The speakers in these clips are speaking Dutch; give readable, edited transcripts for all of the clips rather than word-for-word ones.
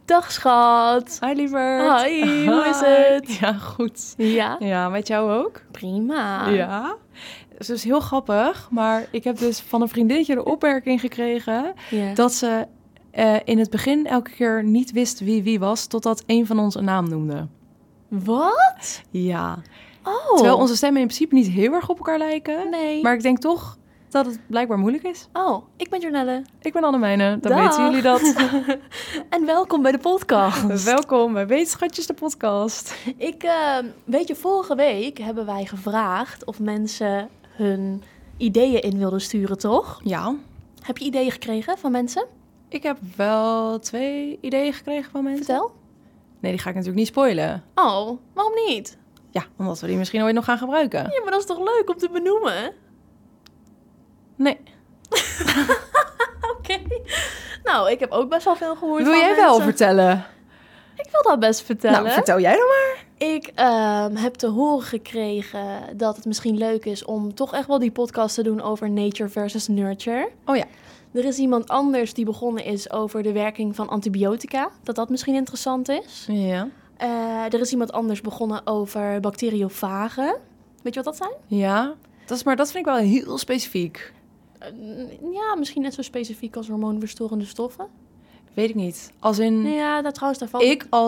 Dag schat. Hi lieverd. Hi, hoe is het? Ja, goed. Ja? Ja, met jou ook? Prima. Ja. Het is dus heel grappig, maar ik heb dus van een vriendinnetje de opmerking gekregen dat ze in het begin elke keer niet wist wie was, totdat een van ons een naam noemde. Wat? Ja. Oh. Terwijl onze stemmen in principe niet heel erg op elkaar lijken. Nee. Maar ik denk toch dat het blijkbaar moeilijk is. Oh, ik ben Jornelle. Ik ben Annemijne, dan Dag. weten jullie dat. En welkom bij de podcast. Welkom bij Wetenschatjes, de podcast. Weet je, vorige week hebben wij gevraagd of mensen hun ideeën in wilden sturen, toch? Ja. Heb je ideeën gekregen van mensen? Ik heb wel 2 ideeën gekregen van mensen. Vertel. Nee, die ga ik natuurlijk niet spoilen. Oh, waarom niet? Ja, omdat we die misschien ooit nog gaan gebruiken. Ja, maar dat is toch leuk om te benoemen? Nee. Oké. Nou, ik heb ook best wel veel gehoord Wil van jij mensen. wel vertellen? Ik wil dat best vertellen. Nou, vertel jij dan maar. Ik heb te horen gekregen dat het misschien leuk is om toch echt wel die podcast te doen over nature versus nurture. Oh ja. Er is iemand anders die begonnen is over de werking van antibiotica. Dat misschien interessant is. Ja. Er is iemand anders begonnen over bacteriofagen. Weet je wat dat zijn? Ja. Maar dat vind ik wel heel specifiek. Ja, misschien net zo specifiek als hormoonverstorende stoffen. Weet ik niet. Als in... Ja, dat trouwens daarvan.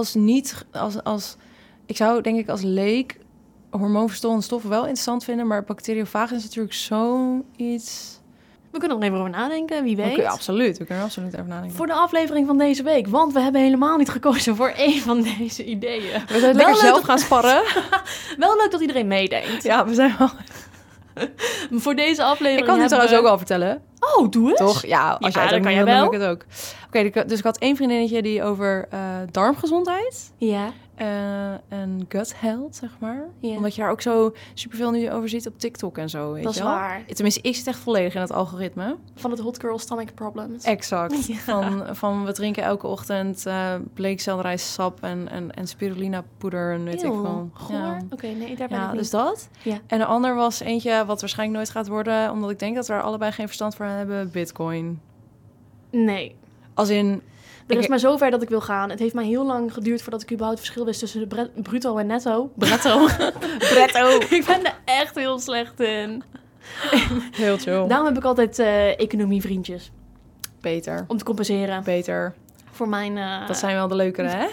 Ik zou denk ik als leek hormoonverstorende stoffen wel interessant vinden, maar bacteriofagen is natuurlijk zoiets... We kunnen er even over nadenken, wie weet. Oké, absoluut. We kunnen er absoluut over nadenken. Voor de aflevering van deze week, want we hebben helemaal niet gekozen voor één van deze ideeën. We zijn lekker zelf gaan sparren. Wel leuk dat iedereen meedenkt. Ja, we zijn wel... Voor deze aflevering Ik kan dit trouwens ook al vertellen. Oh, doe eens. Toch? Ja, als jij het dan ook kan niet jij wil, dan wel. doe ik het ook. Oké, dus ik had 1 vriendinnetje die over darmgezondheid Ja. en gut health, zeg maar. Ja. Omdat je daar ook zo superveel nu over ziet op TikTok en zo, weet Dat is je wel? waar. Tenminste, ik zit echt volledig in het algoritme. Van het hot girl stomach problems. Exact. Ja. Van we drinken elke ochtend bleekselderijsap en spirulina poeder en weet ik veel. Goor. Ja. Oké, nee, daar ben Ja, ik niet. dus dat. Ja. En de ander was eentje wat waarschijnlijk nooit gaat worden, omdat ik denk dat we er allebei geen verstand voor hebben, Bitcoin. Nee. Als in... Er is maar zover dat ik wil gaan. Het heeft mij heel lang geduurd voordat ik überhaupt het verschil wist tussen de bruto en netto. Bretto. Ik ben er echt heel slecht in. Heel chill. Daarom heb ik altijd economievriendjes. Beter. Om te compenseren Beter. voor mijn... Dat zijn wel de leukere, hè?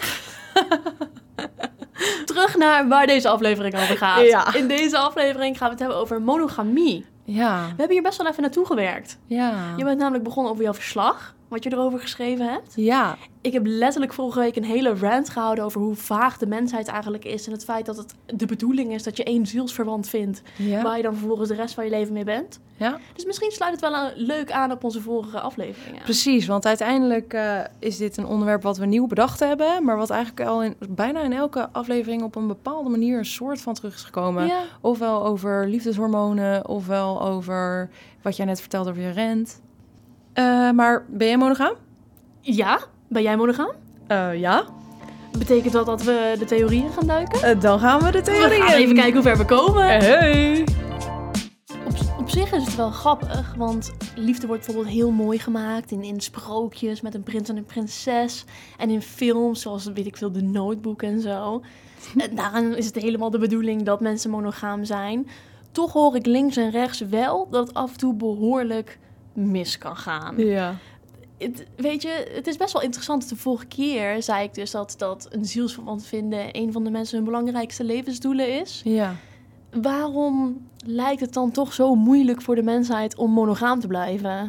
Terug naar waar deze aflevering over gaat. Ja. In deze aflevering gaan we het hebben over monogamie. Ja. We hebben hier best wel even naartoe gewerkt. Ja. Je bent namelijk begonnen over jouw verslag, wat je erover geschreven hebt. Ja. Ik heb letterlijk vorige week een hele rant gehouden over hoe vaag de mensheid eigenlijk is. En het feit dat het de bedoeling is dat je 1 zielsverwant vindt, Ja. waar je dan vervolgens de rest van je leven mee bent. Ja. Dus misschien sluit het wel leuk aan op onze vorige afleveringen. Precies, want uiteindelijk is dit een onderwerp wat we nieuw bedacht hebben, maar wat eigenlijk al bijna in elke aflevering op een bepaalde manier een soort van terug is gekomen. Ja. Ofwel over liefdeshormonen, ofwel over wat jij net vertelde over je rent. Maar ben jij monogaam? Ja? Ben jij monogaam? Ja. Betekent dat we de theorieën gaan duiken? Dan gaan we de theorie We gaan even kijken hoe ver we komen. Hey. Op zich is het wel grappig, want liefde wordt bijvoorbeeld heel mooi gemaakt in sprookjes met een prins en een prinses. En in films zoals, weet ik veel, The Notebook en zo. En daarin is het helemaal de bedoeling dat mensen monogaam zijn. Toch hoor ik links en rechts wel dat het af en toe behoorlijk mis kan gaan. Ja. Weet je, het is best wel interessant. De vorige keer zei ik dus dat een zielsverwant vinden een van de mensen hun belangrijkste levensdoelen is. Ja. Waarom lijkt het dan toch zo moeilijk voor de mensheid om monogaam te blijven?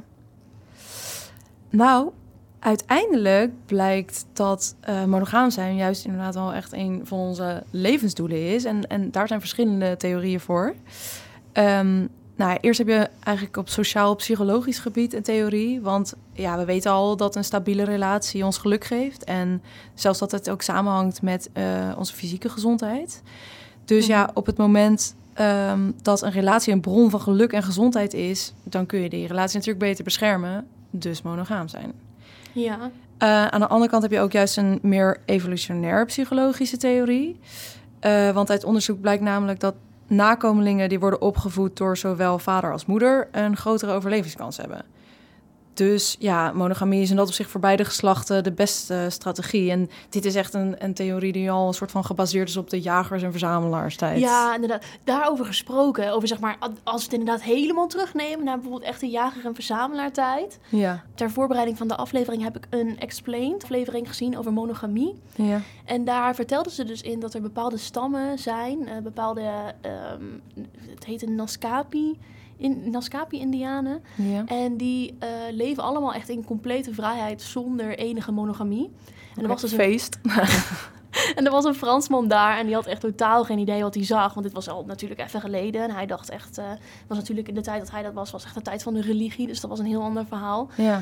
Nou, uiteindelijk blijkt dat monogaam zijn juist inderdaad wel echt een van onze levensdoelen is. En daar zijn verschillende theorieën voor. Eerst heb je eigenlijk op sociaal-psychologisch gebied een theorie. Want ja, we weten al dat een stabiele relatie ons geluk geeft. En zelfs dat het ook samenhangt met onze fysieke gezondheid. Dus ja, op het moment dat een relatie een bron van geluk en gezondheid is, dan kun je die relatie natuurlijk beter beschermen. Dus monogaam zijn. Ja. Aan de andere kant heb je ook juist een meer evolutionair psychologische theorie. Want uit onderzoek blijkt namelijk dat nakomelingen die worden opgevoed door zowel vader als moeder een grotere overlevingskans hebben. Dus ja, monogamie is in dat opzicht voor beide geslachten de beste strategie. En dit is echt een theorie die al een soort van gebaseerd is op de jagers- en verzamelaarstijd. Ja, inderdaad. Daarover gesproken, over zeg maar, als we het inderdaad helemaal terugnemen naar bijvoorbeeld echt de jager- en verzamelaartijd. Ja. Ter voorbereiding van de aflevering heb ik een Explained aflevering gezien over monogamie. Ja. En daar vertelden ze dus in dat er bepaalde stammen zijn, bepaalde, het heette Naskapi-Indianen. Ja. En die leven allemaal echt in complete vrijheid zonder enige monogamie. En er was dus feest. En er was een Fransman daar en die had echt totaal geen idee wat hij zag. Want dit was al natuurlijk even geleden. En hij dacht echt, was natuurlijk in de tijd dat hij dat was echt de tijd van de religie. Dus dat was een heel ander verhaal. Ja.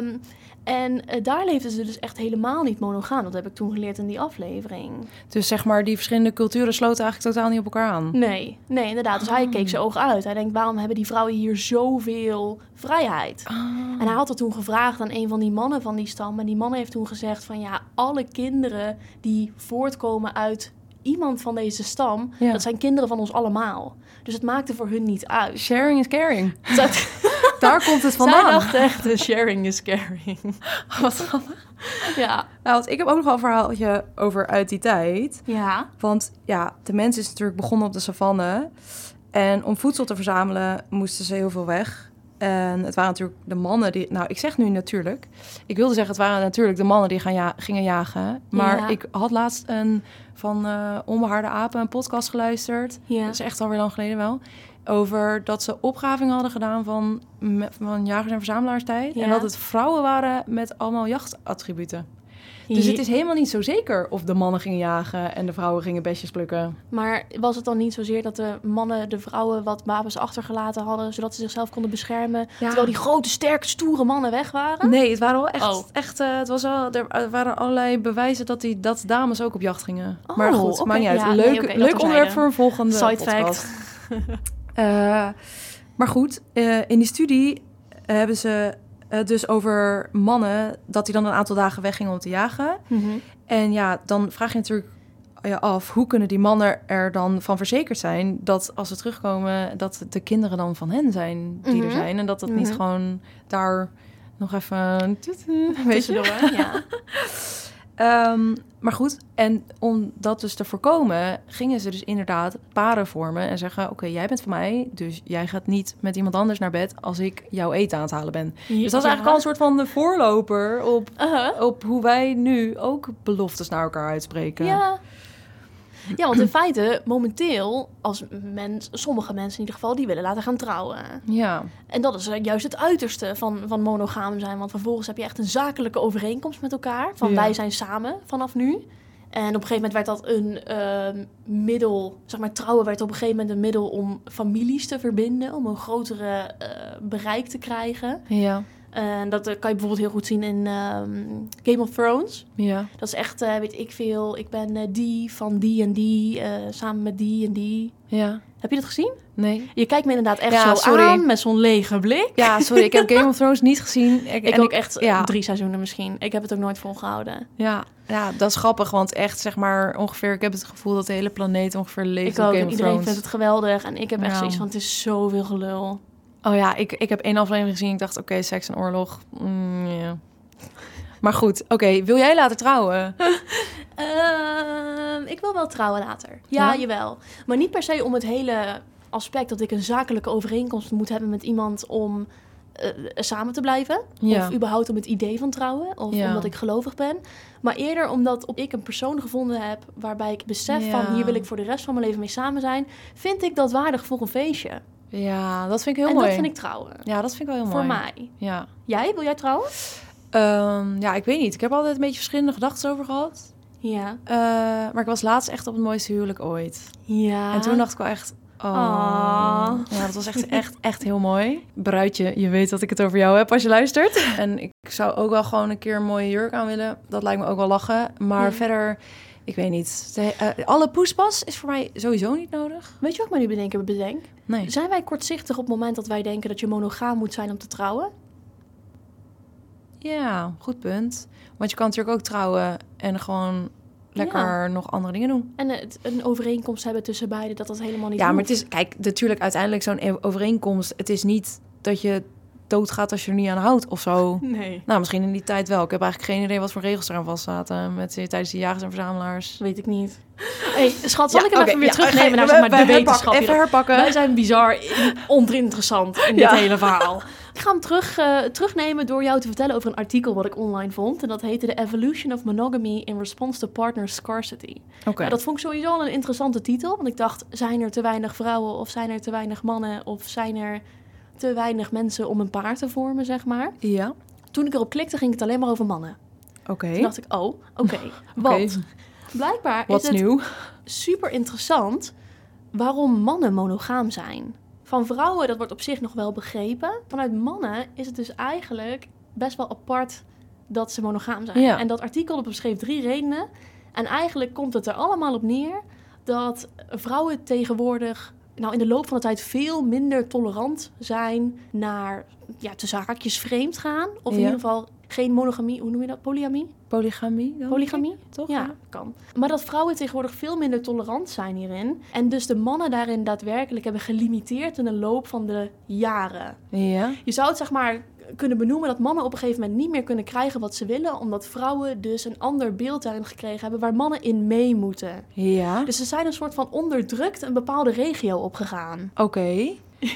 En daar leefden ze dus echt helemaal niet monogaam. Dat heb ik toen geleerd in die aflevering. Dus zeg maar, die verschillende culturen sloten eigenlijk totaal niet op elkaar aan. Nee, inderdaad. Dus hij keek zijn ogen uit. Hij denkt, waarom hebben die vrouwen hier zoveel vrijheid? En hij had dat toen gevraagd aan een van die mannen van die stam. En die man heeft toen gezegd van ja, alle kinderen die voortkomen uit iemand van deze stam, dat zijn kinderen van ons allemaal. Dus het maakte voor hun niet uit. Sharing is caring. Daar komt het vandaan. Zij dacht echt, sharing is caring. Wat grappig. Ja. Nou, want ik heb ook nog wel een verhaaltje over uit die tijd. Ja. Want ja, de mens is natuurlijk begonnen op de savanne. En om voedsel te verzamelen moesten ze heel veel weg. En het waren natuurlijk de mannen die... Nou, ik zeg nu natuurlijk. Ik wilde zeggen, het waren natuurlijk de mannen die gingen jagen. Maar ik had laatst van Onbehaarde Apen een podcast geluisterd. Ja. Dat is echt alweer lang geleden wel. Over dat ze opgravingen hadden gedaan van jagers- en verzamelaarstijd. Ja. En dat het vrouwen waren met allemaal jachtattributen. Dus het is helemaal niet zo zeker of de mannen gingen jagen en de vrouwen gingen besjes plukken. Maar was het dan niet zozeer dat de mannen de vrouwen wat wapens achtergelaten hadden, zodat ze zichzelf konden beschermen, terwijl die grote, sterke, stoere mannen weg waren? Nee, het waren wel echt het was wel, er waren allerlei bewijzen dat dames ook op jacht gingen. Maar goed, maakt niet uit. Ja, leuk onderwerp voor een volgende side podcast. fact. Maar goed, in die studie hebben ze dus over mannen, dat die dan een aantal dagen weggingen om te jagen. Mm-hmm. En ja, dan vraag je natuurlijk af, hoe kunnen die mannen er dan van verzekerd zijn dat als ze terugkomen, dat de kinderen dan van hen zijn die er zijn. En dat dat niet gewoon daar nog even... Weet je? Ja. Maar goed, en om dat dus te voorkomen, gingen ze dus inderdaad paren vormen en zeggen, oké, jij bent van mij, dus jij gaat niet met iemand anders naar bed als ik jouw eten aan het halen ben. Dus dat is eigenlijk al een soort van de voorloper op hoe wij nu ook beloftes naar elkaar uitspreken. Ja. Ja, want in feite, momenteel, als sommige mensen in ieder geval, die willen laten gaan trouwen. Ja. En dat is juist het uiterste van monogaam zijn. Want vervolgens heb je echt een zakelijke overeenkomst met elkaar. Van wij zijn samen vanaf nu. En op een gegeven moment werd dat een middel, zeg maar trouwen werd op een gegeven moment een middel om families te verbinden. Om een grotere bereik te krijgen. Ja. En dat kan je bijvoorbeeld heel goed zien in Game of Thrones. Ja. Dat is echt, weet ik veel, ik ben die van die en die, samen met die en die. Ja. Heb je dat gezien? Nee. Je kijkt me inderdaad echt aan met zo'n lege blik. Ja, sorry, ik heb Game of Thrones niet gezien. Ik ook echt 3 seizoenen misschien. Ik heb het ook nooit volgehouden. Ja, dat is grappig, want echt zeg maar ongeveer, ik heb het gevoel dat de hele planeet ongeveer leeft op Game of Thrones. Iedereen vindt het geweldig en ik heb echt zoiets van, het is zoveel gelul. Oh ja, ik heb 1 aflevering gezien. Ik dacht, oké, seks en oorlog. Yeah. Maar goed, oké, wil jij later trouwen? Ik wil wel trouwen later. Ja, jawel. Maar niet per se om het hele aspect dat ik een zakelijke overeenkomst moet hebben met iemand om samen te blijven. Ja. Of überhaupt om het idee van trouwen. Of omdat ik gelovig ben. Maar eerder omdat ik een persoon gevonden heb waarbij ik besef van hier wil ik voor de rest van mijn leven mee samen zijn. Vind ik dat waardig voor een feestje. Ja, dat vind ik heel mooi. En dat vind ik trouwen. Ja, dat vind ik wel heel mooi. Voor mij. Ja. Jij? Wil jij trouwen? Ja, ik weet niet. Ik heb altijd een beetje verschillende gedachten over gehad. Ja. Maar ik was laatst echt op het mooiste huwelijk ooit. Ja. En toen dacht ik wel echt... Ja, dat was echt heel mooi. Bruidje, je weet dat ik het over jou heb als je luistert. En ik zou ook wel gewoon een keer een mooie jurk aan willen. Dat lijkt me ook wel lachen. Maar verder... Ik weet niet. Alle poespas is voor mij sowieso niet nodig. Weet je wat ik me nu bedenk? Nee. Zijn wij kortzichtig op het moment dat wij denken dat je monogaam moet zijn om te trouwen? Ja, goed punt. Want je kan natuurlijk ook trouwen en gewoon lekker nog andere dingen doen. En een overeenkomst hebben tussen beiden, dat helemaal niet Ja, hoeft. maar het is, kijk, natuurlijk uiteindelijk zo'n overeenkomst. Het is niet dat je doodgaat als je er niet aan houdt of zo. Nee. Nou, misschien in die tijd wel. Ik heb eigenlijk geen idee wat voor regels eraan vast zaten tijdens de jagers en verzamelaars. Weet ik niet. Hey, schat, zal ik hem oké, even weer terugnemen naar zeg maar, de wetenschap? Even herpakken. Wij zijn bizar oninteressant in dit hele verhaal. Ik ga hem terugnemen door jou te vertellen over een artikel wat ik online vond. En dat heette The Evolution of Monogamy in Response to Partner Scarcity. Okay. Dat vond ik sowieso al een interessante titel. Want ik dacht, zijn er te weinig vrouwen of zijn er te weinig mannen of zijn er te weinig mensen om een paar te vormen, zeg maar. Ja. Toen ik erop klikte, ging het alleen maar over mannen. Oké. Toen dacht ik, oké. Want blijkbaar is het nieuw? super interessant waarom mannen monogaam zijn. Van vrouwen, dat wordt op zich nog wel begrepen. Vanuit mannen is het dus eigenlijk best wel apart dat ze monogaam zijn. Ja. En dat artikel dat beschreef 3 redenen. En eigenlijk komt het er allemaal op neer dat vrouwen tegenwoordig in de loop van de tijd veel minder tolerant zijn naar tussen haakjes vreemd gaan. Of in ieder geval geen monogamie, hoe noem je dat? Polyamie? Polygamie dan? Polygamie? Toch? Ja, kan. Maar dat vrouwen tegenwoordig veel minder tolerant zijn hierin. En dus de mannen daarin daadwerkelijk hebben gelimiteerd in de loop van de jaren. Ja. Je zou het zeg maar kunnen benoemen dat mannen op een gegeven moment niet meer kunnen krijgen wat ze willen. Omdat vrouwen dus een ander beeld daarin gekregen hebben waar mannen in mee moeten. Ja. Dus ze zijn een soort van onderdrukt een bepaalde regio opgegaan. Oké.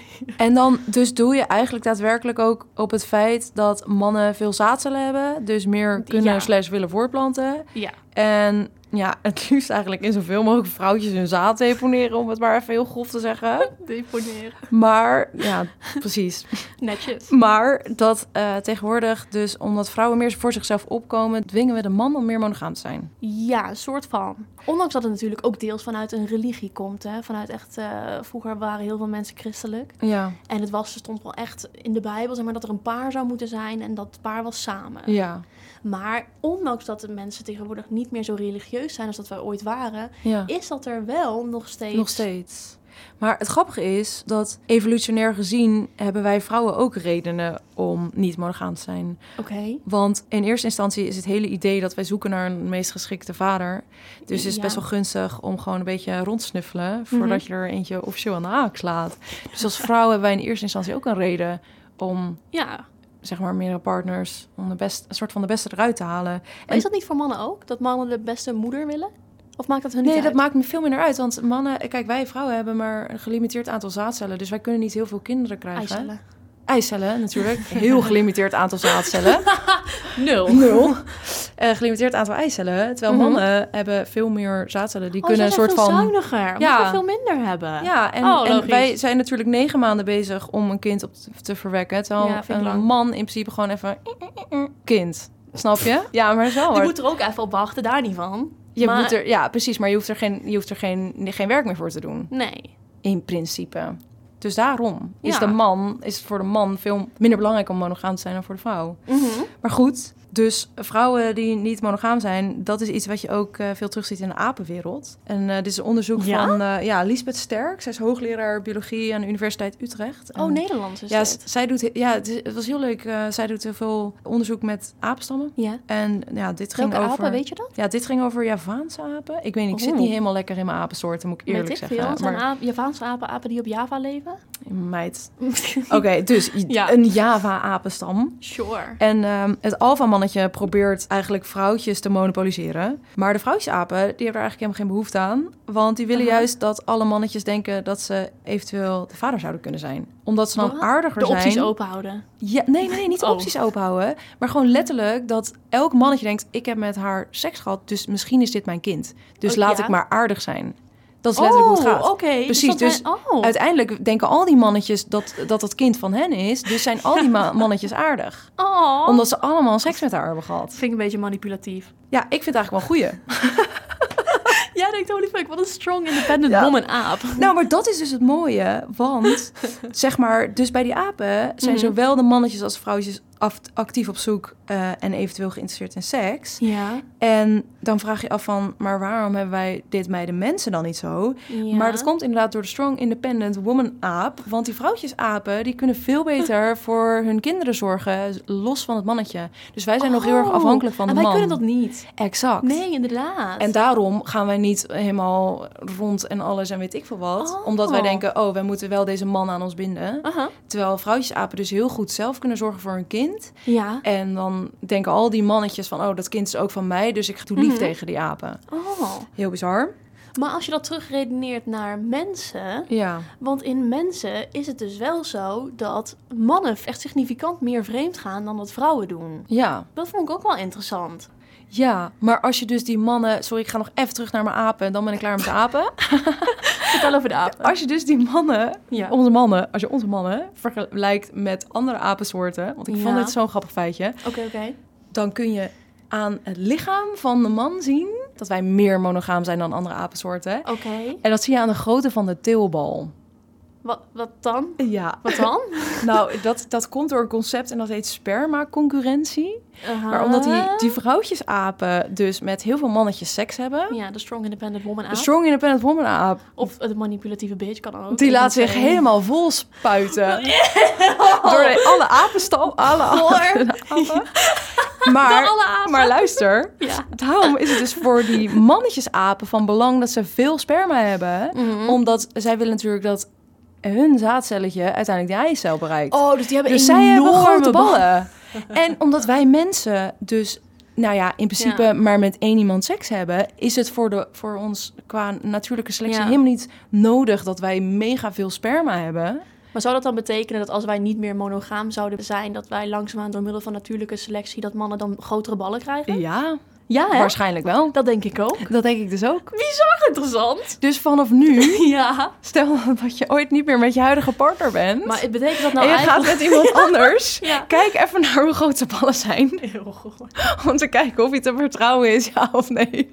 En dan dus doe je eigenlijk daadwerkelijk ook op het feit dat mannen veel zaadcellen hebben. Dus meer kunnen / willen voortplanten. Ja. En het liefst eigenlijk in zoveel mogelijk vrouwtjes hun zaad deponeren, om het maar even heel grof te zeggen. Deponeren. Maar, precies. Netjes. Maar dat tegenwoordig dus, omdat vrouwen meer voor zichzelf opkomen, dwingen we de man om meer monogaam te zijn. Ja, een soort van. Ondanks dat het natuurlijk ook deels vanuit een religie komt. Hè? Vanuit echt, vroeger waren heel veel mensen christelijk. Ja. En het stond wel echt in de Bijbel, zeg maar, dat er een paar zou moeten zijn en dat paar was samen. Ja. Maar ondanks dat de mensen tegenwoordig niet meer zo religieus zijn als dat wij ooit waren, is dat er wel nog steeds. Nog steeds. Maar het grappige is dat evolutionair gezien hebben wij vrouwen ook redenen om niet monogaam te zijn. Oké. Want in eerste instantie is het hele idee dat wij zoeken naar een meest geschikte vader. Dus het is best wel gunstig om gewoon een beetje rond te snuffelen voordat je er eentje officieel aan de haak slaat. Dus als vrouw hebben wij in eerste instantie ook een reden om zeg maar meerdere partners, om een soort van de beste eruit te halen. Maar is dat niet voor mannen ook? Dat mannen de beste moeder willen? Of maakt dat hun niet uit? Nee, dat maakt me veel minder uit. Want mannen, kijk, wij vrouwen hebben maar een gelimiteerd aantal zaadcellen. Dus wij kunnen niet heel veel kinderen krijgen. Eicellen, natuurlijk. Heel gelimiteerd aantal zaadcellen. 0. Gelimiteerd aantal eicellen. Terwijl mannen hebben veel meer zaadcellen. Die kunnen een soort van zuiniger. Omdat we veel minder hebben. Ja, en wij zijn natuurlijk 9 maanden bezig om een kind op te verwekken. Terwijl een man in principe gewoon even kind. Snap je? Ja, maar zo. Je moet er ook even op wachten, daar niet van. Moet er, precies. Maar je hoeft er geen werk meer voor te doen. Nee. In principe. Dus daarom is het voor de man veel minder belangrijk om monogaam te zijn dan voor de vrouw. Mm-hmm. Maar goed, dus vrouwen die niet monogaam zijn, dat is iets wat je ook veel terugziet in de apenwereld. En dit is een onderzoek van Liesbeth Sterk. Zij is hoogleraar biologie aan de Universiteit Utrecht. Nederlands is dit. Zij doet, het was heel leuk. Zij doet heel veel onderzoek met apenstammen. Ja. En dit ging over... apen, weet je dat? Ja, dit ging over Javaanse apen. Ik weet niet, ik zit niet helemaal lekker in mijn apensoorten, moet ik eerlijk zeggen. Maar Javaanse apen die op Java leven? Meid. Oké, dus een Java-apenstam. Sure. En het alfamannetje probeert eigenlijk vrouwtjes te monopoliseren. Maar de vrouwtjesapen, die hebben er eigenlijk helemaal geen behoefte aan. Want die willen juist dat alle mannetjes denken dat ze eventueel de vader zouden kunnen zijn. Omdat ze dan aardiger zijn. De opties open houden. Ja, nee, niet de opties open houden. Maar gewoon letterlijk dat elk mannetje denkt, ik heb met haar seks gehad, dus misschien is dit mijn kind. Dus laat ik maar aardig zijn. Dat is letterlijk hoe het gaat. Okay. Precies, dus uiteindelijk denken al die mannetjes dat kind van hen is. Dus zijn al die mannetjes aardig. Omdat ze allemaal seks met haar hebben gehad. Vind ik een beetje manipulatief. Ja, ik vind het eigenlijk wel een goeie. Jij denkt, holy fuck, wat een strong independent woman aap. Nou, maar dat is dus het mooie. Want, zeg maar, dus bij die apen zijn zowel de mannetjes als de vrouwtjes actief op zoek en eventueel geïnteresseerd in seks. Ja. En dan vraag je af van, maar waarom hebben wij dit bij de mensen dan niet zo? Ja. Maar dat komt inderdaad door de Strong Independent Woman aap. Want die vrouwtjesapen, die kunnen veel beter voor hun kinderen zorgen, los van het mannetje. Dus wij zijn nog heel erg afhankelijk van de man. En wij kunnen dat niet. Exact. Nee, inderdaad. En daarom gaan wij niet helemaal rond en alles en weet ik veel wat. Omdat wij denken, wij moeten wel deze man aan ons binden. Aha. Terwijl vrouwtjesapen dus heel goed zelf kunnen zorgen voor hun kind. Ja. En dan denken al die mannetjes van, dat kind is ook van mij, dus ik doe lief tegen die apen. Oh. Heel bizar. Maar als je dat terugredeneert naar mensen... Ja. Want in mensen is het dus wel zo dat mannen echt significant meer vreemd gaan dan dat vrouwen doen. Ja. Dat vond ik ook wel interessant. Ja, maar als je dus die mannen... Sorry, ik ga nog even terug naar mijn apen en dan ben ik klaar met de apen. Vertel over de apen. Als je dus die mannen, Ja. als je onze mannen vergelijkt met andere apensoorten... Want ik vond dit zo'n grappig feitje. Oké. Dan kun je aan het lichaam van de man zien dat wij meer monogaam zijn dan andere apensoorten. Oké. En dat zie je aan de grootte van de teelbal. Wat dan? Ja. Wat dan? Nou, dat komt door een concept en dat heet spermaconcurrentie. Aha. Maar omdat die vrouwtjesapen dus met heel veel mannetjes seks hebben... Ja, de Strong Independent Woman De aap. Strong Independent Woman aap, Of de manipulatieve bitch kan ook. die laat zich helemaal vol spuiten. Door alle apenstal. Alle apen. Maar luister, Ja. daarom is het dus voor die mannetjesapen van belang dat ze veel sperma hebben. Mhm. Omdat zij willen natuurlijk dat hun zaadcelletje uiteindelijk die eicel bereikt. Oh, dus die hebben Dus zij hebben enorme grote ballen. En omdat wij mensen dus, in principe maar met één iemand seks hebben... is het voor ons qua natuurlijke selectie helemaal niet nodig dat wij mega veel sperma hebben. Maar zou dat dan betekenen dat als wij niet meer monogaam zouden zijn... dat wij langzaamaan door middel van natuurlijke selectie... dat mannen dan grotere ballen krijgen? Ja, Ja, hè? waarschijnlijk wel. Dat denk ik ook. Dat denk ik dus ook. Bizar interessant. Dus vanaf nu, Ja. stel dat je ooit niet meer met je huidige partner bent... Maar het betekent dat nou en je eigenlijk... gaat met iemand anders... Ja. Kijk even naar hoe groot zijn ballen zijn. Heel goed. Om te kijken of hij te vertrouwen is, ja of nee.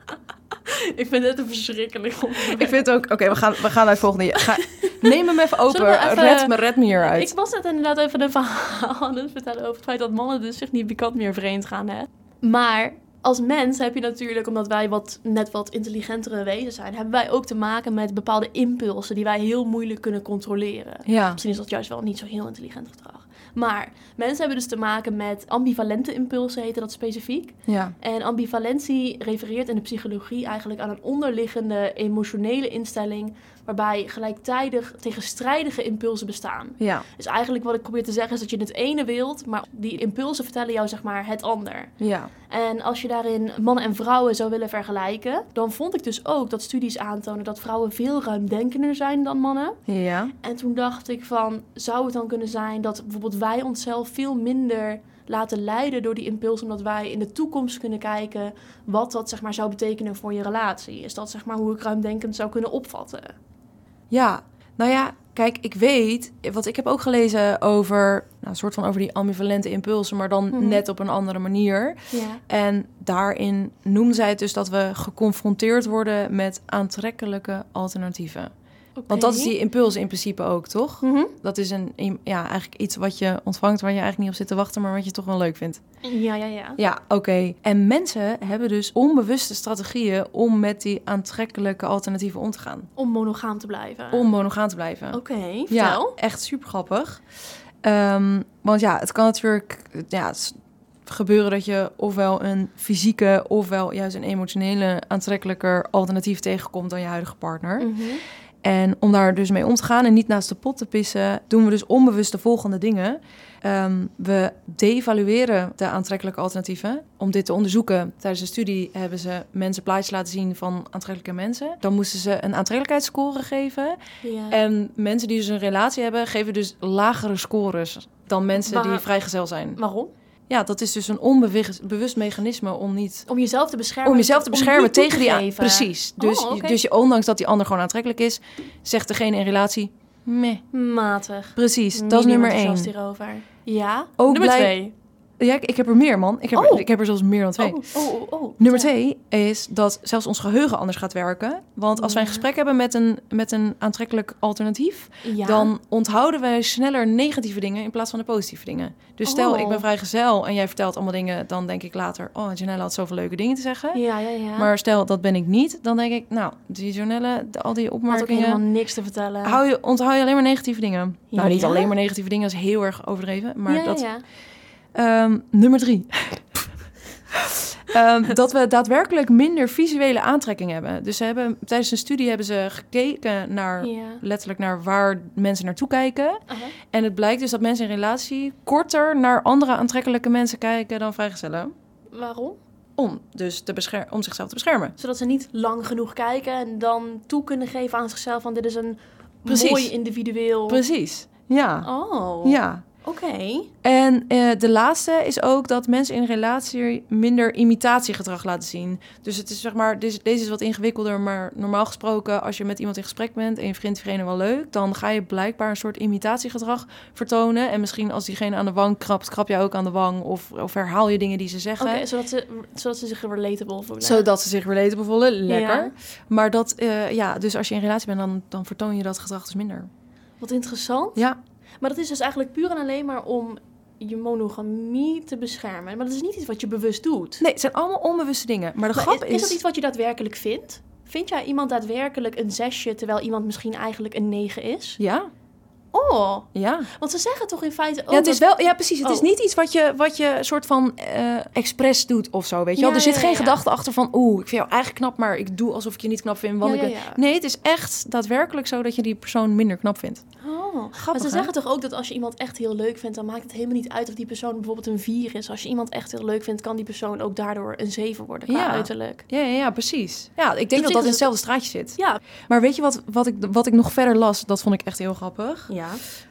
Ik vind dit een verschrikkelijk onderwerp. Ik vind het ook... Oké, we gaan naar het volgende. Neem hem even open. Zullen we even- Red me hieruit. Ik was net inderdaad even een verhaal aan het vertellen over het feit dat mannen dus significant meer vreemd gaan, hè. Maar als mens heb je natuurlijk, omdat wij net wat intelligentere wezens zijn, hebben wij ook te maken met bepaalde impulsen die wij heel moeilijk kunnen controleren. Ja. Misschien is dat juist wel niet zo heel intelligent gedrag. Maar mensen hebben dus te maken met ambivalente impulsen, heette dat specifiek. Ja. En ambivalentie refereert in de psychologie eigenlijk aan een onderliggende emotionele instelling waarbij gelijktijdig tegenstrijdige impulsen bestaan. Ja. Dus eigenlijk wat ik probeer te zeggen is dat je het ene wilt, maar die impulsen vertellen jou zeg maar het ander. Ja. En als je daarin mannen en vrouwen zou willen vergelijken, dan vond ik dus ook dat studies aantonen dat vrouwen veel ruimdenkender zijn dan mannen. Ja. En toen dacht ik van, zou het dan kunnen zijn dat bijvoorbeeld wij onszelf veel minder laten leiden door die impuls, omdat wij in de toekomst kunnen kijken wat dat zeg maar zou betekenen voor je relatie? Is dat zeg maar hoe ik ruimdenkend zou kunnen opvatten? Ja. Nou ja, kijk, ik weet... Want ik heb ook gelezen over... een soort van over die ambivalente impulsen, maar dan net op een andere manier. Ja. En daarin noemde zij het dus dat we geconfronteerd worden met aantrekkelijke alternatieven. Okay. Want dat is die impuls in principe ook, toch? Mhm. Dat is eigenlijk iets wat je ontvangt waar je eigenlijk niet op zit te wachten, maar wat je toch wel leuk vindt. Ja. Ja, oké. En mensen hebben dus onbewuste strategieën om met die aantrekkelijke alternatieven om te gaan. Om monogaam te blijven. Om monogaam te blijven. Oké, Ja, vertel. echt super grappig. Want ja, het kan natuurlijk gebeuren dat je ofwel een fysieke ofwel juist een emotionele aantrekkelijker alternatief tegenkomt dan je huidige partner. Mhm. En om daar dus mee om te gaan en niet naast de pot te pissen, doen we dus onbewust de volgende dingen. We devalueren de aantrekkelijke alternatieven. Om dit te onderzoeken, tijdens een studie hebben ze mensen plaatjes laten zien van aantrekkelijke mensen. Dan moesten ze een aantrekkelijkheidsscore geven. Ja. En mensen die dus een relatie hebben, geven dus lagere scores dan mensen die vrijgezel zijn. Waarom? Ja, dat is dus een onbewust mechanisme om niet... Om jezelf te beschermen. Om jezelf te beschermen niet toe tegen te die... geven. Precies. Dus, Oh, oké. dus je, ondanks dat die ander gewoon aantrekkelijk is, zegt degene in relatie... Meh. Matig. Precies, dat is Minimaal nummer 1. enthousiast hierover. Ja. Ook Nummer blij- 2. Ja, ik heb er meer, man. Ik heb er zelfs meer dan 2. Nummer 2 is dat zelfs ons geheugen anders gaat werken. Want als wij een gesprek hebben met een aantrekkelijk alternatief... dan onthouden wij sneller negatieve dingen in plaats van de positieve dingen. Dus stel, ik ben vrijgezel en jij vertelt allemaal dingen... dan denk ik later, Janelle had zoveel leuke dingen te zeggen. Ja. Maar stel, dat ben ik niet. Dan denk ik, nou, die Janelle, al die opmerkingen... Had ook helemaal niks te vertellen. Onthoud je alleen maar negatieve dingen. Ja. Nou, niet alleen maar negatieve dingen, dat is heel erg overdreven. Maar Ja. Nummer 3. Dat we daadwerkelijk minder visuele aantrekking hebben. Dus tijdens een studie hebben ze gekeken naar letterlijk naar waar mensen naartoe kijken. En het blijkt dus dat mensen in relatie korter naar andere aantrekkelijke mensen kijken dan vrijgezellen. Waarom? Om zichzelf te beschermen. Zodat ze niet lang genoeg kijken en dan toe kunnen geven aan zichzelf van dit is een mooi individueel... Precies, ja. Oh, ja. Oké. En de laatste is ook dat mensen in een relatie minder imitatiegedrag laten zien. Dus het is zeg maar, deze is wat ingewikkelder, maar normaal gesproken als je met iemand in gesprek bent en je vindt diegene wel leuk, dan ga je blijkbaar een soort imitatiegedrag vertonen. En misschien als diegene aan de wang krabt, krab je ook aan de wang of herhaal je dingen die ze zeggen. Oké, zodat ze zich relatable voelen. Zodat ze zich relatable voelen, lekker. Ja. Maar dus als je in een relatie bent, dan vertoon je dat gedrag dus minder. Wat interessant. Ja. Maar dat is dus eigenlijk puur en alleen maar om je monogamie te beschermen. Maar dat is niet iets wat je bewust doet. Nee, het zijn allemaal onbewuste dingen. Maar de grap is dat iets wat je daadwerkelijk vindt? Vind jij iemand daadwerkelijk een 6, terwijl iemand misschien eigenlijk een 9 is? Ja. Oh. Ja. Want ze zeggen toch in feite ook... Ja, het is wel... Ja, precies. Het is niet iets wat je soort van expres doet of zo, weet je wel? Er zit geen gedachte achter van... ik vind jou eigenlijk knap, maar ik doe alsof ik je niet knap vind. Want Nee, het is echt daadwerkelijk zo dat je die persoon minder knap vindt. Grappig, maar ze zeggen toch ook dat als je iemand echt heel leuk vindt... dan maakt het helemaal niet uit of die persoon bijvoorbeeld een 4 is. Als je iemand echt heel leuk vindt... kan die persoon ook daardoor een 7 worden qua uiterlijk. Ja, precies. Ja, ik denk dat in hetzelfde straatje zit. Ja. Maar weet je wat ik nog verder las? Dat vond ik echt heel grappig. Ja.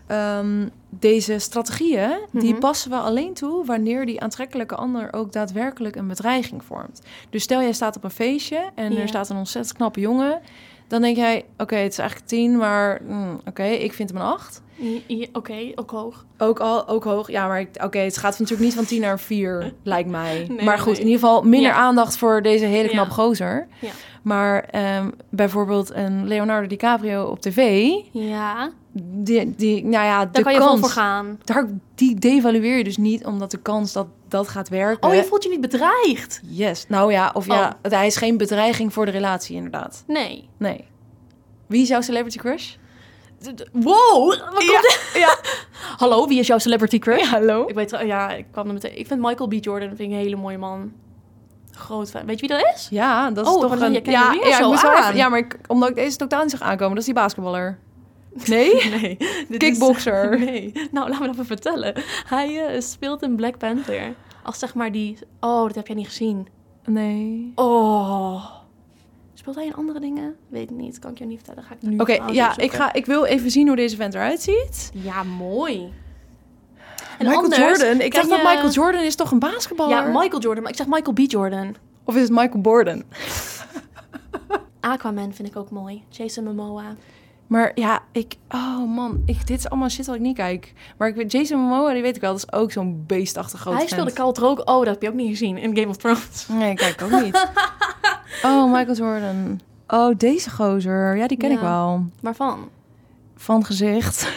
Deze strategieën, die passen we alleen toe... wanneer die aantrekkelijke ander ook daadwerkelijk een bedreiging vormt. Dus stel jij staat op een feestje... en er staat een ontzettend knappe jongen... dan denk jij, oké, het is eigenlijk 10, maar ik vind hem een 8. Oké, ook hoog. Ook hoog, ja, maar het gaat natuurlijk niet van 10 naar 4, lijkt mij. Nee, maar goed, in ieder geval minder aandacht voor deze hele knap gozer. Ja. Maar bijvoorbeeld een Leonardo DiCaprio op tv... Ja. Daar kan je van voor gaan. Die devalueer je dus niet, omdat de kans dat gaat werken... Oh, je voelt je niet bedreigd? Yes. Nou ja, hij is geen bedreiging voor de relatie, inderdaad. Nee. Wie is jouw celebrity crush? Wow! Ja. Hallo, wie is jouw celebrity crush? Ja, hallo. Ik kwam er meteen. Ik vind Michael B. Jordan vind ik een hele mooie man. Groot fan. Weet je wie dat is? Ja, dat is toch een... Maar omdat ik deze totaal niet zag aankomen, dat is die basketballer. Nee? Nee. Kickboxer. Nee. Nou, laat me dat even vertellen. Hij speelt in Black Panther. Als zeg maar die... Oh, dat heb jij niet gezien. Nee. Oh. Speelt hij in andere dingen? Weet ik niet. Kan ik je niet vertellen. Ga ik nu... Oké, ik wil even zien hoe deze vent eruit ziet. Ja, mooi. En Michael Jordan? Ik dacht dat Michael Jordan is toch een basketballer? Ja, Michael Jordan. Maar ik zeg Michael B. Jordan. Of is het Michael Borden? Aquaman vind ik ook mooi. Jason Momoa. Maar ja, dit is allemaal shit wat ik niet kijk. Maar ik weet, Jason Momoa, die weet ik wel, dat is ook zo'n beestachtig groot Hij speelde Khal Drogo. Oh, dat heb je ook niet gezien in Game of Thrones. Nee, kijk ook niet. Oh, Michael Jordan. Oh, deze gozer. Ja, die ken ik wel. Waarvan? Van gezicht.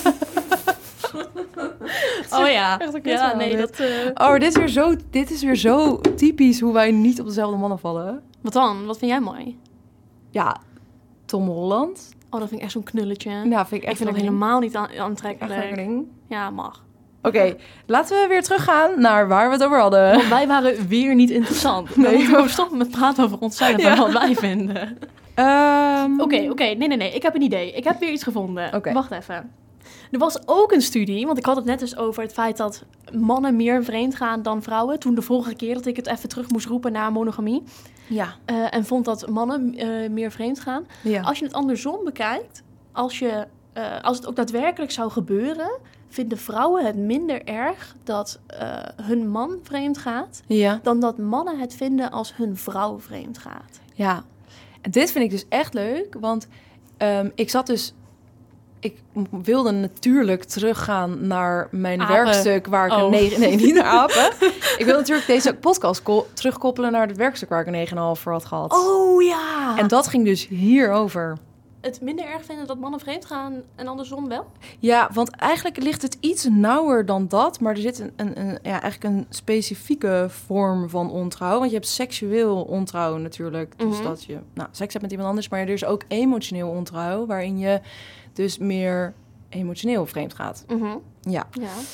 Oh ja. Ja, nee, dat... Oh, dit is weer zo typisch hoe wij niet op dezelfde mannen vallen. Wat dan? Wat vind jij mooi? Ja, Tom Holland. Oh, dat vind ik echt zo'n knulletje. Ja, vind ik echt dat helemaal niet aantrekkelijk. Ja, mag. Oké, laten we weer teruggaan naar waar we het over hadden. Want wij waren weer niet interessant. Nee, we moeten stoppen met praten over onszelf en wat wij vinden. Oké, nee. Ik heb een idee. Ik heb weer iets gevonden. Okay. Wacht even. Er was ook een studie, want ik had het net dus over het feit dat mannen meer vreemd gaan dan vrouwen. Toen de vorige keer dat ik het even terug moest roepen naar monogamie. Ja. En vond dat mannen meer vreemd gaan. Ja. Als je het andersom bekijkt, als het ook daadwerkelijk zou gebeuren, vinden vrouwen het minder erg dat hun man vreemd gaat, dan dat mannen het vinden als hun vrouw vreemd gaat. Ja, en dit vind ik dus echt leuk, want ik zat dus ik wilde natuurlijk teruggaan naar mijn Apen. werkstuk waar ik nee, niet naar apen. Ik wil natuurlijk deze podcast terugkoppelen naar het werkstuk waar ik een 9,5 voor had gehad. Oh ja! En dat ging dus hierover. Het minder erg vinden dat mannen vreemd gaan en andersom wel? Ja, want eigenlijk ligt het iets nauwer dan dat. Maar er zit eigenlijk een specifieke vorm van ontrouw. Want je hebt seksueel ontrouw natuurlijk. Dus dat je seks hebt met iemand anders. Maar er is ook emotioneel ontrouw. Waarin je dus meer emotioneel vreemd gaat. Ja.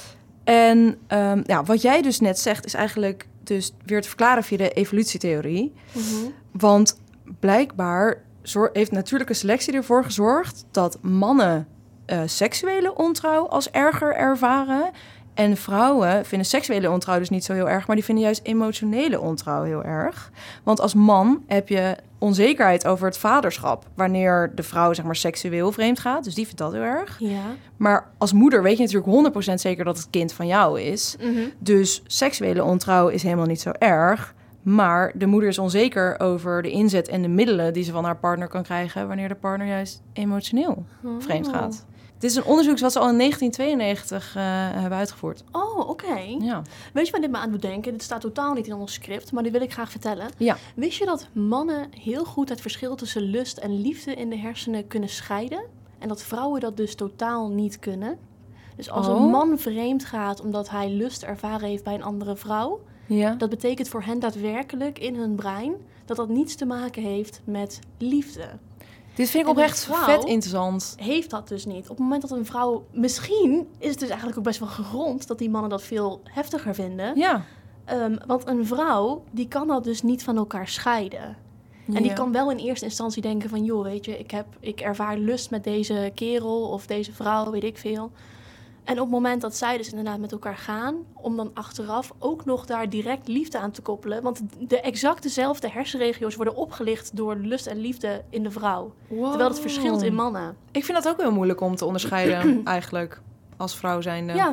En wat jij dus net zegt is eigenlijk dus weer te verklaren via de evolutietheorie. Want blijkbaar heeft natuurlijke selectie ervoor gezorgd dat mannen seksuele ontrouw als erger ervaren. En vrouwen vinden seksuele ontrouw dus niet zo heel erg, maar die vinden juist emotionele ontrouw heel erg. Want als man heb je onzekerheid over het vaderschap wanneer de vrouw zeg maar seksueel vreemd gaat. Dus die vindt dat heel erg. Ja. Maar als moeder weet je natuurlijk 100% zeker dat het kind van jou is. Dus seksuele ontrouw is helemaal niet zo erg. Maar de moeder is onzeker over de inzet en de middelen die ze van haar partner kan krijgen wanneer de partner juist emotioneel vreemd gaat. Dit is een onderzoek wat ze al in 1992 hebben uitgevoerd. Oh, oké. Ja. Weet je waar dit me aan doet denken? Dit staat totaal niet in ons script, maar die wil ik graag vertellen. Ja. Wist je dat mannen heel goed het verschil tussen lust en liefde in de hersenen kunnen scheiden? En dat vrouwen dat dus totaal niet kunnen? Dus als een man vreemd gaat omdat hij lust ervaren heeft bij een andere vrouw, dat betekent voor hen daadwerkelijk in hun brein dat dat niets te maken heeft met liefde. Dit vind ik oprecht vet interessant. Heeft dat dus niet. Op het moment dat een vrouw... Misschien is het dus eigenlijk ook best wel gegrond dat die mannen dat veel heftiger vinden. Ja. Want een vrouw, die kan dat dus niet van elkaar scheiden. Ja. En die kan wel in eerste instantie denken van, joh, weet je, ik ervaar lust met deze kerel of deze vrouw, weet ik veel. En op het moment dat zij dus inderdaad met elkaar gaan, om dan achteraf ook nog daar direct liefde aan te koppelen. Want de exact dezelfde hersenregio's worden opgelicht door lust en liefde in de vrouw. Wow. Terwijl het verschilt in mannen. Ik vind dat ook heel moeilijk om te onderscheiden eigenlijk, als vrouw zijnde. Ja,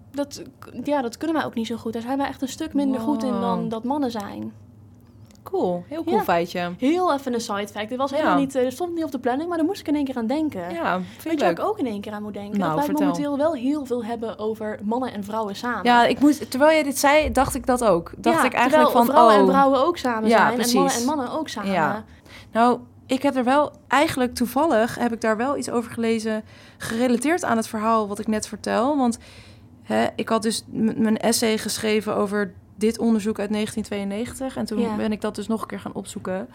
dat kunnen wij ook niet zo goed. Daar zijn wij echt een stuk minder goed in dan dat mannen zijn. Cool, heel cool feitje. Heel even een side fact. Dit was helemaal niet, er stond niet op de planning, maar daar moest ik in één keer aan denken. Ja, Weet je waar ik ook in één keer aan moet denken? Nou, dat wij momenteel wel heel veel hebben over mannen en vrouwen samen. Ja, terwijl jij dit zei, dacht ik dat ook. Dacht ik eigenlijk van, vrouwen en vrouwen ook samen zijn. Precies. En mannen ook samen. Ja. Nou, ik heb er wel, eigenlijk toevallig, heb ik daar wel iets over gelezen, gerelateerd aan het verhaal wat ik net vertel. Want ik had dus mijn essay geschreven over dit onderzoek uit 1992. En toen ben ik dat dus nog een keer gaan opzoeken.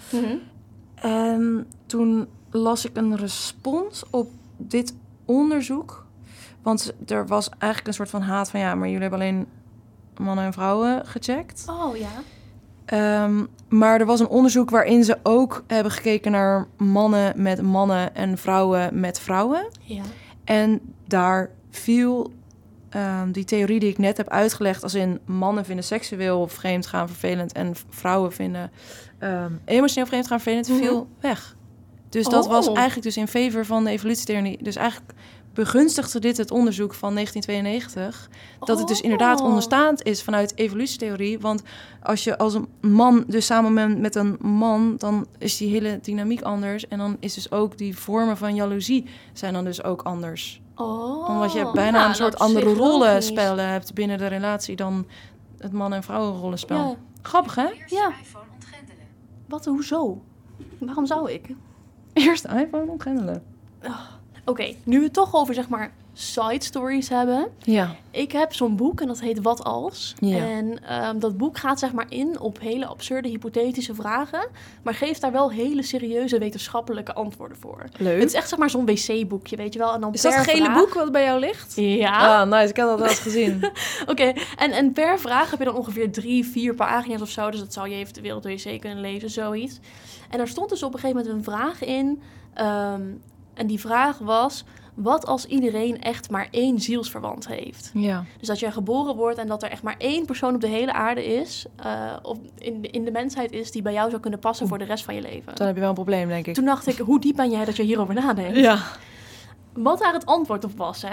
En toen las ik een respons op dit onderzoek. Want er was eigenlijk een soort van haat van, ja, maar jullie hebben alleen mannen en vrouwen gecheckt. Oh ja. Maar er was een onderzoek waarin ze ook hebben gekeken naar mannen met mannen en vrouwen met vrouwen. Ja. En daar viel die theorie die ik net heb uitgelegd, als in mannen vinden seksueel vreemd gaan vervelend en vrouwen vinden emotioneel vreemd gaan vervelend, viel weg. Dus dat was eigenlijk dus in favor van de evolutietheorie. Dus eigenlijk begunstigde dit het onderzoek van 1992... dat het dus inderdaad onderstaand is vanuit evolutietheorie. Want als je als een man dus samen bent met een man, dan is die hele dynamiek anders. En dan is dus ook die vormen van jaloezie zijn dan dus ook anders. Omdat je bijna een soort andere rollenspellen hebt binnen de relatie dan het man- en vrouwenrollenspel. Ja. Grappig, hè? Ja. Wat, hoezo? Waarom zou ik? Eerst de iPhone ontgrendelen. Oké, nu we het toch over, zeg maar, side stories hebben. Ja. Ik heb zo'n boek en dat heet Wat Als. Ja. En dat boek gaat, zeg maar, in op hele absurde hypothetische vragen, maar geeft daar wel hele serieuze wetenschappelijke antwoorden voor. Leuk. Het is echt, zeg maar, zo'n wc-boekje, weet je wel. En dan is dat het gele boek wat bij jou ligt? Ja. Ah, nice. Ik heb dat wel eens gezien. Oké, en per vraag heb je dan ongeveer 3-4 pagina's of zo. Dus dat zou je even de wereld door je wc kunnen lezen, zoiets. En daar stond dus op een gegeven moment een vraag in. En die vraag was, wat als iedereen echt maar 1 zielsverwant heeft? Ja. Dus dat jij geboren wordt en dat er echt maar 1 persoon op de hele aarde is, of in de mensheid is, die bij jou zou kunnen passen voor de rest van je leven. Dan heb je wel een probleem, denk ik. Toen dacht ik, hoe diep ben jij dat je hierover nadenkt? Ja. Wat daar het antwoord op was, hè?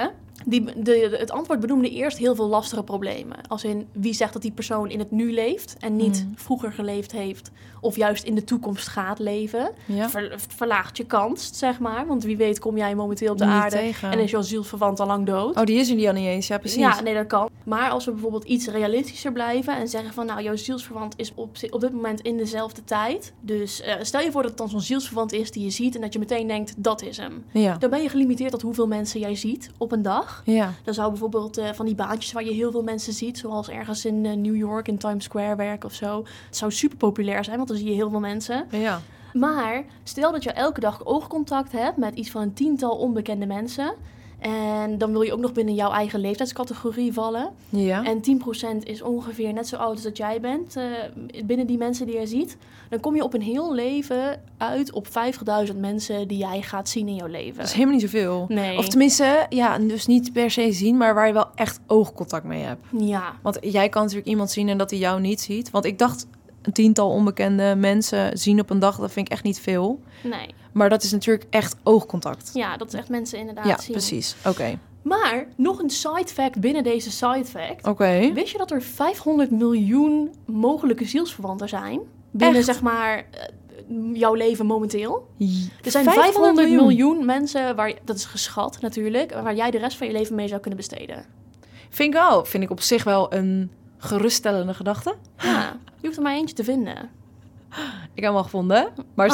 Het antwoord benoemde eerst heel veel lastige problemen. Als in wie zegt dat die persoon in het nu leeft en niet vroeger geleefd heeft of juist in de toekomst gaat leven. Ja. Verlaagt je kans, zeg maar. Want wie weet kom jij momenteel op de aarde en is jouw zielsverwant al lang dood. Oh, die is er niet al niet eens. Ja, precies. Ja, nee, dat kan. Maar als we bijvoorbeeld iets realistischer blijven en zeggen van nou, jouw zielsverwant is op dit moment in dezelfde tijd. Dus stel je voor dat het dan zo'n zielsverwant is die je ziet en dat je meteen denkt, dat is hem. Ja. Dan ben je gelimiteerd tot hoeveel mensen jij ziet op een dag. Ja. Dan zou bijvoorbeeld van die baantjes waar je heel veel mensen ziet, zoals ergens in New York in Times Square werken of zo. Het zou super populair zijn, want dan zie je heel veel mensen. Ja. Maar stel dat je elke dag oogcontact hebt met iets van een 10-tal onbekende mensen. En dan wil je ook nog binnen jouw eigen leeftijdscategorie vallen. Ja. En 10% is ongeveer net zo oud als dat jij bent binnen die mensen die je ziet. Dan kom je op een heel leven uit op 50.000 mensen die jij gaat zien in jouw leven. Dat is helemaal niet zoveel. Nee. Of tenminste, ja, dus niet per se zien, maar waar je wel echt oogcontact mee hebt. Ja. Want jij kan natuurlijk iemand zien en dat hij jou niet ziet. Want ik dacht, een 10-tal onbekende mensen zien op een dag, dat vind ik echt niet veel. Nee. Maar dat is natuurlijk echt oogcontact. Ja, dat is echt mensen inderdaad zien. Ja, precies. Oké. Maar nog een side fact binnen deze side fact. Oké. Wist je dat er 500 miljoen mogelijke zielsverwanten zijn? Binnen, zeg maar, jouw leven momenteel. Er zijn 500 miljoen mensen, dat is geschat natuurlijk, waar jij de rest van je leven mee zou kunnen besteden. Vind ik op zich wel een geruststellende gedachte. Ja, je hoeft er maar eentje te vinden. Ik heb hem al gevonden, maar...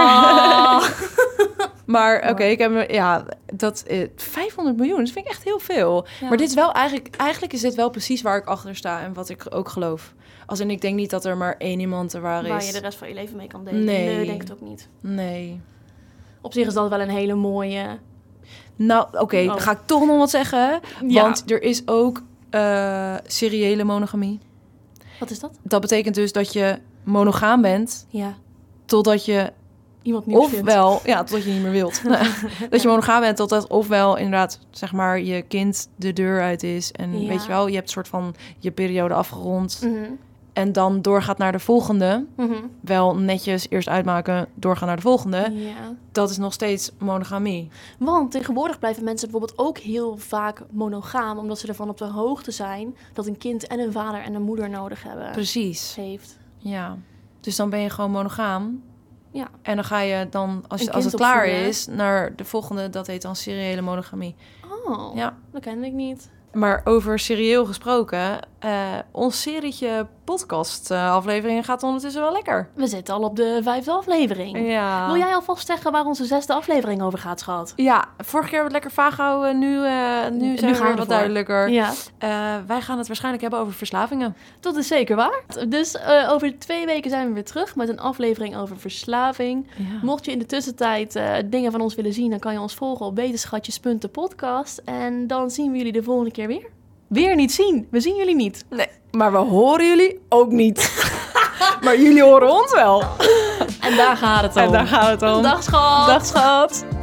Maar oké, ik heb 500 miljoen, dat vind ik echt heel veel. Ja. Maar dit is wel eigenlijk is dit wel precies waar ik achter sta en wat ik ook geloof. Als in, ik denk niet dat er maar één iemand er waar is. Waar je de rest van je leven mee kan delen. Nee, denk het ook niet. Nee. Op zich is dat wel een hele mooie... Nou, oké, ga ik toch nog wat zeggen. Ja. Want er is ook seriële monogamie. Wat is dat? Dat betekent dus dat je monogaam bent, totdat je iemand nieuws ofwel, totdat je niet meer wilt. Dat je monogaam bent totdat ofwel inderdaad, zeg maar, je kind de deur uit is. En weet je wel, je hebt een soort van je periode afgerond. Mm-hmm. En dan doorgaat naar de volgende. Mm-hmm. Wel netjes eerst uitmaken, doorgaan naar de volgende. Ja. Dat is nog steeds monogamie. Want tegenwoordig blijven mensen bijvoorbeeld ook heel vaak monogaam, omdat ze ervan op de hoogte zijn dat een kind en een vader en een moeder nodig hebben. Precies. Heeft. Ja. Dus dan ben je gewoon monogaam. Ja. En dan ga je dan, als het klaar is, naar de volgende, dat heet dan seriële monogamie. Oh, ja. Dat kende ik niet. Maar over serieel gesproken, ons serietje podcast afleveringen gaat ondertussen wel lekker. We zitten al op de 5e aflevering. Ja. Wil jij alvast zeggen waar onze 6e aflevering over gaat, schat? Ja, vorige keer hebben we het lekker vaag gehouden. Nu zijn we weer wat duidelijker. Ja. Wij gaan het waarschijnlijk hebben over verslavingen. Dat is zeker waar. Dus over 2 weken zijn we weer terug met een aflevering over verslaving. Ja. Mocht je in de tussentijd dingen van ons willen zien, dan kan je ons volgen op wetenschatjes.podcast. En dan zien we jullie de volgende keer weer. Weer niet zien. We zien jullie niet. Nee, maar we horen jullie ook niet. Maar jullie horen ons wel. En daar gaat het om. Dag schat. Dag schat.